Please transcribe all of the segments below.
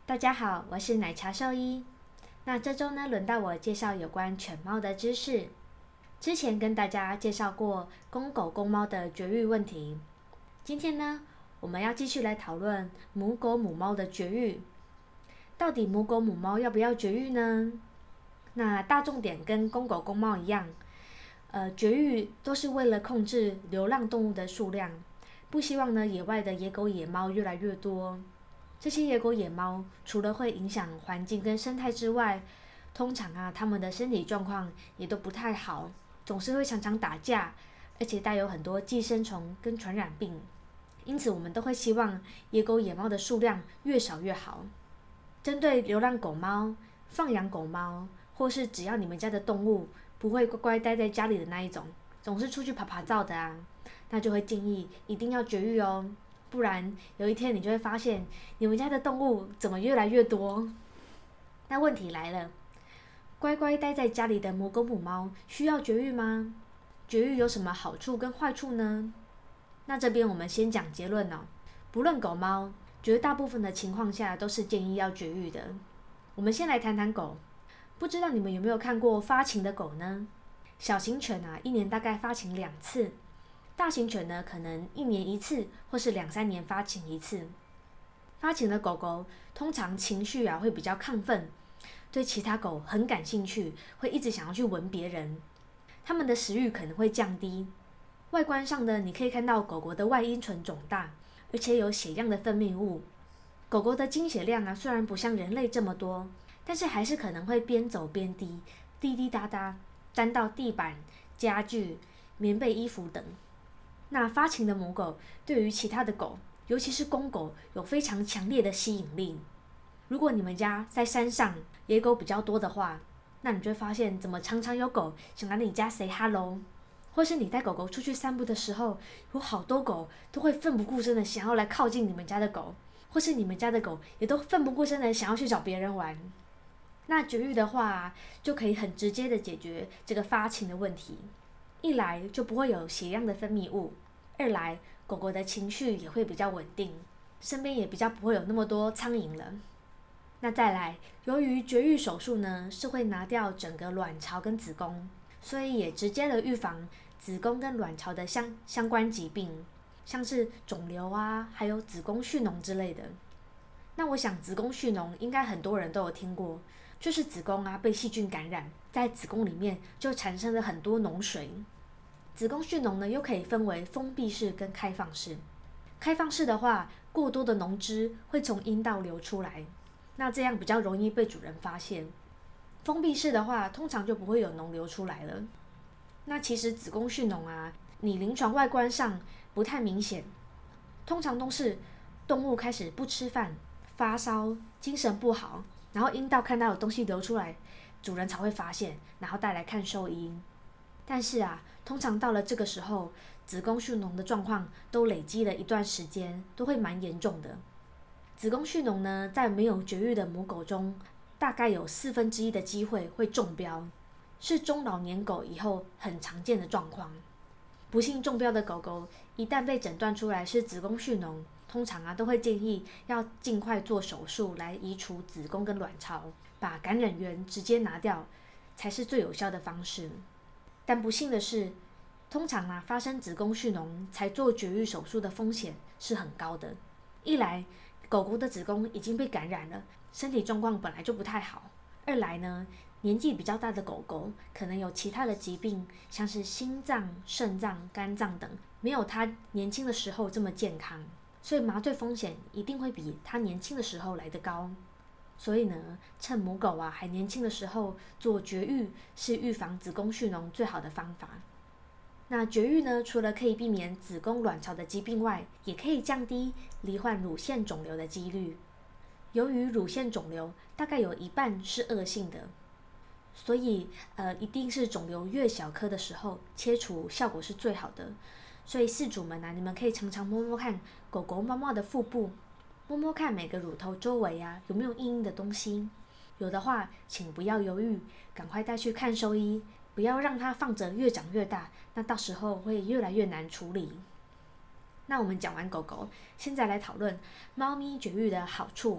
大家好，我是奶茶兽医。那这周呢，轮到我介绍有关犬猫的知识。之前跟大家介绍过公狗公猫的绝育问题，今天呢，我们要继续来讨论母狗母猫的绝育。到底母狗母猫要不要绝育呢？那大重点跟公狗公猫一样，绝育都是为了控制流浪动物的数量，不希望呢野外的野狗野猫越来越多。这些野狗野猫除了会影响环境跟生态之外，通常它们的身体状况也都不太好，总是会常常打架，而且带有很多寄生虫跟传染病。因此我们都会希望野狗野猫的数量越少越好。针对流浪狗猫、放养狗猫，或是只要你们家的动物不会乖乖待在家里的那一种，总是出去跑照的那就会建议一定要绝育哦。不然有一天你就会发现你们家的动物怎么越来越多。那问题来了，乖乖待在家里的母狗母猫需要绝育吗？绝育有什么好处跟坏处呢？那这边我们先讲结论不论狗猫，绝大部分的情况下都是建议要绝育的。我们先来谈谈狗，不知道你们有没有看过发情的狗呢？小型犬一年大概发情2次，大型犬呢，可能1年1次，或是2-3年发情1次。发情的狗狗通常情绪会比较亢奋，对其他狗很感兴趣，会一直想要去闻别人。它们的食欲可能会降低。外观上呢，你可以看到狗狗的外阴唇肿大，而且有血样的分泌物。狗狗的经血量虽然不像人类这么多，但是还是可能会边走边滴，滴滴答答，沾到地板、家具、棉被、衣服等。那发情的母狗对于其他的狗，尤其是公狗，有非常强烈的吸引力。如果你们家在山上，野狗比较多的话，那你就会发现怎么常常有狗想来你家 say hello， 或是你带狗狗出去散步的时候，有好多狗都会奋不顾身的想要来靠近你们家的狗，或是你们家的狗也都奋不顾身的想要去找别人玩。那绝育的话，就可以很直接的解决这个发情的问题。一来就不会有血样的分泌物，二来狗狗的情绪也会比较稳定，身边也比较不会有那么多苍蝇了。那再来，由于绝育手术呢是会拿掉整个卵巢跟子宫，所以也直接的预防子宫跟卵巢的相关疾病，像是肿瘤还有子宫蓄脓之类的。那我想子宫蓄脓应该很多人都有听过，就是子宫被细菌感染，在子宫里面就产生了很多脓水。子宫蓄脓呢又可以分为封闭式跟开放式。开放式的话，过多的脓汁会从阴道流出来，那这样比较容易被主人发现。封闭式的话，通常就不会有脓流出来了。那其实子宫蓄脓你临床外观上不太明显，通常都是动物开始不吃饭、发烧、精神不好，然后阴道看到有东西流出来，主人才会发现，然后带来看兽医。但是通常到了这个时候，子宫蓄脓的状况都累积了一段时间，都会蛮严重的。子宫蓄脓呢，在没有绝育的母狗中，大概有1/4的机会会中标，是中老年狗以后很常见的状况。不幸中标的狗狗，一旦被诊断出来是子宫蓄脓，通常都会建议要尽快做手术来移除子宫跟卵巢，把感染源直接拿掉，才是最有效的方式。但不幸的是，通常发生子宫蓄脓才做绝育手术的风险是很高的。一来，狗狗的子宫已经被感染了，身体状况本来就不太好；二来呢，年纪比较大的狗狗可能有其他的疾病，像是心脏、肾脏、肝脏等，没有它年轻的时候这么健康，所以麻醉风险一定会比它年轻的时候来得高。所以呢，趁母狗还年轻的时候做绝育，是预防子宫蓄脓最好的方法。那绝育呢，除了可以避免子宫卵巢的疾病外，也可以降低罹患乳腺肿瘤的几率。由于乳腺肿瘤大概有1半是恶性的，所以一定是肿瘤越小颗的时候切除效果是最好的。所以饲主们你们可以常常摸摸看狗狗猫猫的腹部，摸摸看每个乳头周围有没有硬硬的东西，有的话请不要犹豫，赶快带去看兽医，不要让它放着越长越大，那到时候会越来越难处理。那我们讲完狗狗，现在来讨论猫咪绝育的好处。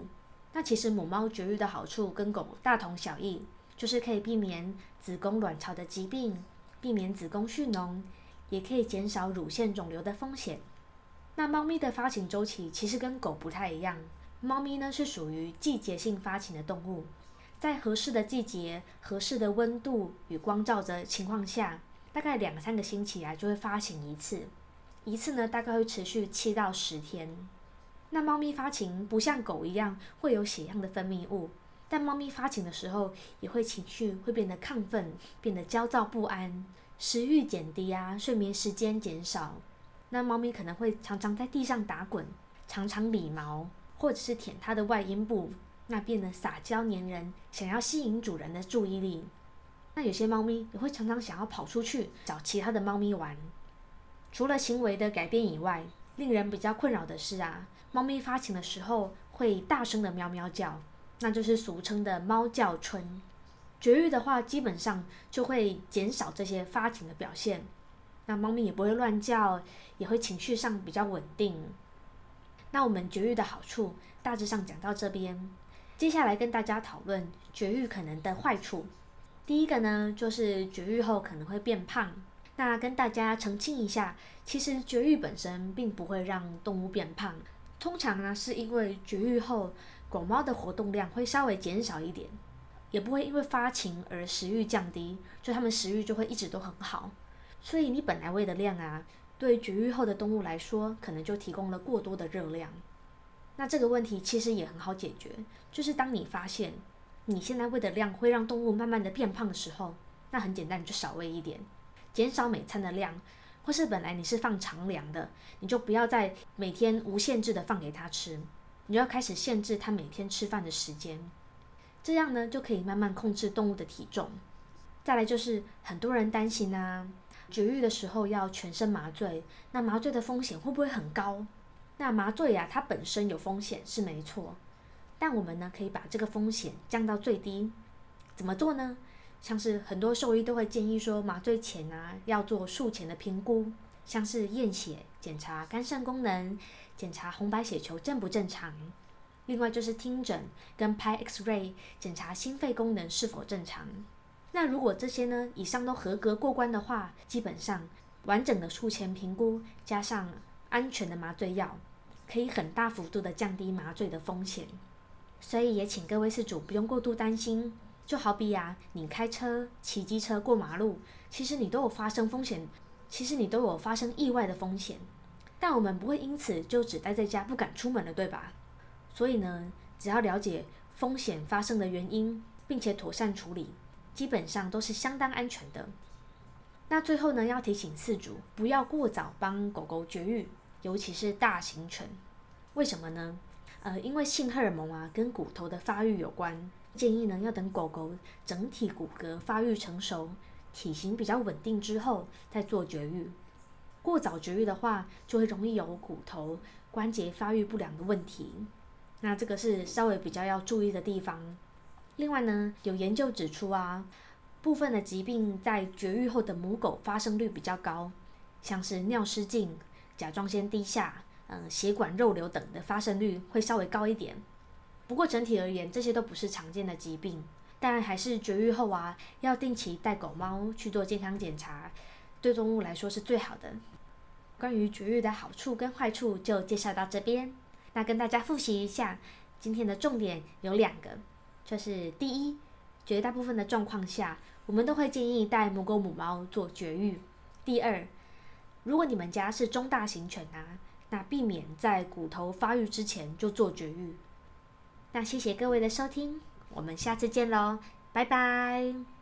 那其实母猫绝育的好处跟狗大同小异，就是可以避免子宫卵巢的疾病，避免子宫蓄脓，也可以减少乳腺肿瘤的风险。那猫咪的发情周期其实跟狗不太一样，猫咪呢是属于季节性发情的动物，在合适的季节、合适的温度与光照的情况下，大概2-3个星期就会发情一次，一次呢大概会持续7到10天。那猫咪发情不像狗一样会有血样的分泌物，但猫咪发情的时候也会情绪会变得亢奋，变得焦躁不安，食欲减低睡眠时间减少。那猫咪可能会常常在地上打滚，常常理毛，或者是舔它的外阴部，那变得撒娇黏人，想要吸引主人的注意力。那有些猫咪也会常常想要跑出去找其他的猫咪玩。除了行为的改变以外，令人比较困扰的是猫咪发情的时候会大声的喵喵叫，那就是俗称的猫叫春。绝育的话，基本上就会减少这些发情的表现，那猫咪也不会乱叫，也会情绪上比较稳定。那我们绝育的好处大致上讲到这边，接下来跟大家讨论绝育可能的坏处。第一个呢，就是绝育后可能会变胖。那跟大家澄清一下，其实绝育本身并不会让动物变胖，通常呢是因为绝育后狗猫的活动量会稍微减少一点，也不会因为发情而食欲降低，就它们食欲就会一直都很好。所以你本来喂的量对绝育后的动物来说，可能就提供了过多的热量。那这个问题其实也很好解决，就是当你发现你现在喂的量会让动物慢慢的变胖的时候，那很简单，你就少喂一点，减少每餐的量，或是本来你是放常粮的，你就不要再每天无限制的放给它吃，你就要开始限制它每天吃饭的时间，这样呢就可以慢慢控制动物的体重。再来就是很多人担心绝育的时候要全身麻醉，那麻醉的风险会不会很高？那麻醉它本身有风险是没错，但我们呢可以把这个风险降到最低。怎么做呢？像是很多兽医都会建议说，麻醉前要做术前的评估，像是验血、检查肝肾功能、检查红白血球正不正常，另外就是听诊跟拍 X-ray 检查心肺功能是否正常。那如果这些呢以上都合格过关的话，基本上完整的术前评估加上安全的麻醉药，可以很大幅度的降低麻醉的风险。所以也请各位饲主不用过度担心，就好比你开车、骑机车过马路，其实你都有发生风险，其实你都有发生意外的风险，但我们不会因此就只待在家不敢出门了，对吧？所以呢，只要了解风险发生的原因，并且妥善处理，基本上都是相当安全的。那最后呢，要提醒饲主不要过早帮狗狗绝育，尤其是大型犬。为什么呢？因为性荷尔蒙跟骨头的发育有关，建议呢要等狗狗整体骨骼发育成熟，体型比较稳定之后再做绝育。过早绝育的话，就会容易有骨头、关节发育不良的问题。那这个是稍微比较要注意的地方。另外呢，有研究指出部分的疾病在绝育后的母狗发生率比较高，像是尿失禁、甲状腺低下、血管肉瘤等的发生率会稍微高一点。不过整体而言，这些都不是常见的疾病，但还是绝育后要定期带狗猫去做健康检查，对动物来说是最好的。关于绝育的好处跟坏处就介绍到这边。那跟大家复习一下，今天的重点有2个，就是第一，绝大部分的状况下，我们都会建议带母狗母猫做绝育。第二，如果你们家是中大型犬那避免在骨头发育之前就做绝育。那谢谢各位的收听，我们下次见咯，拜拜。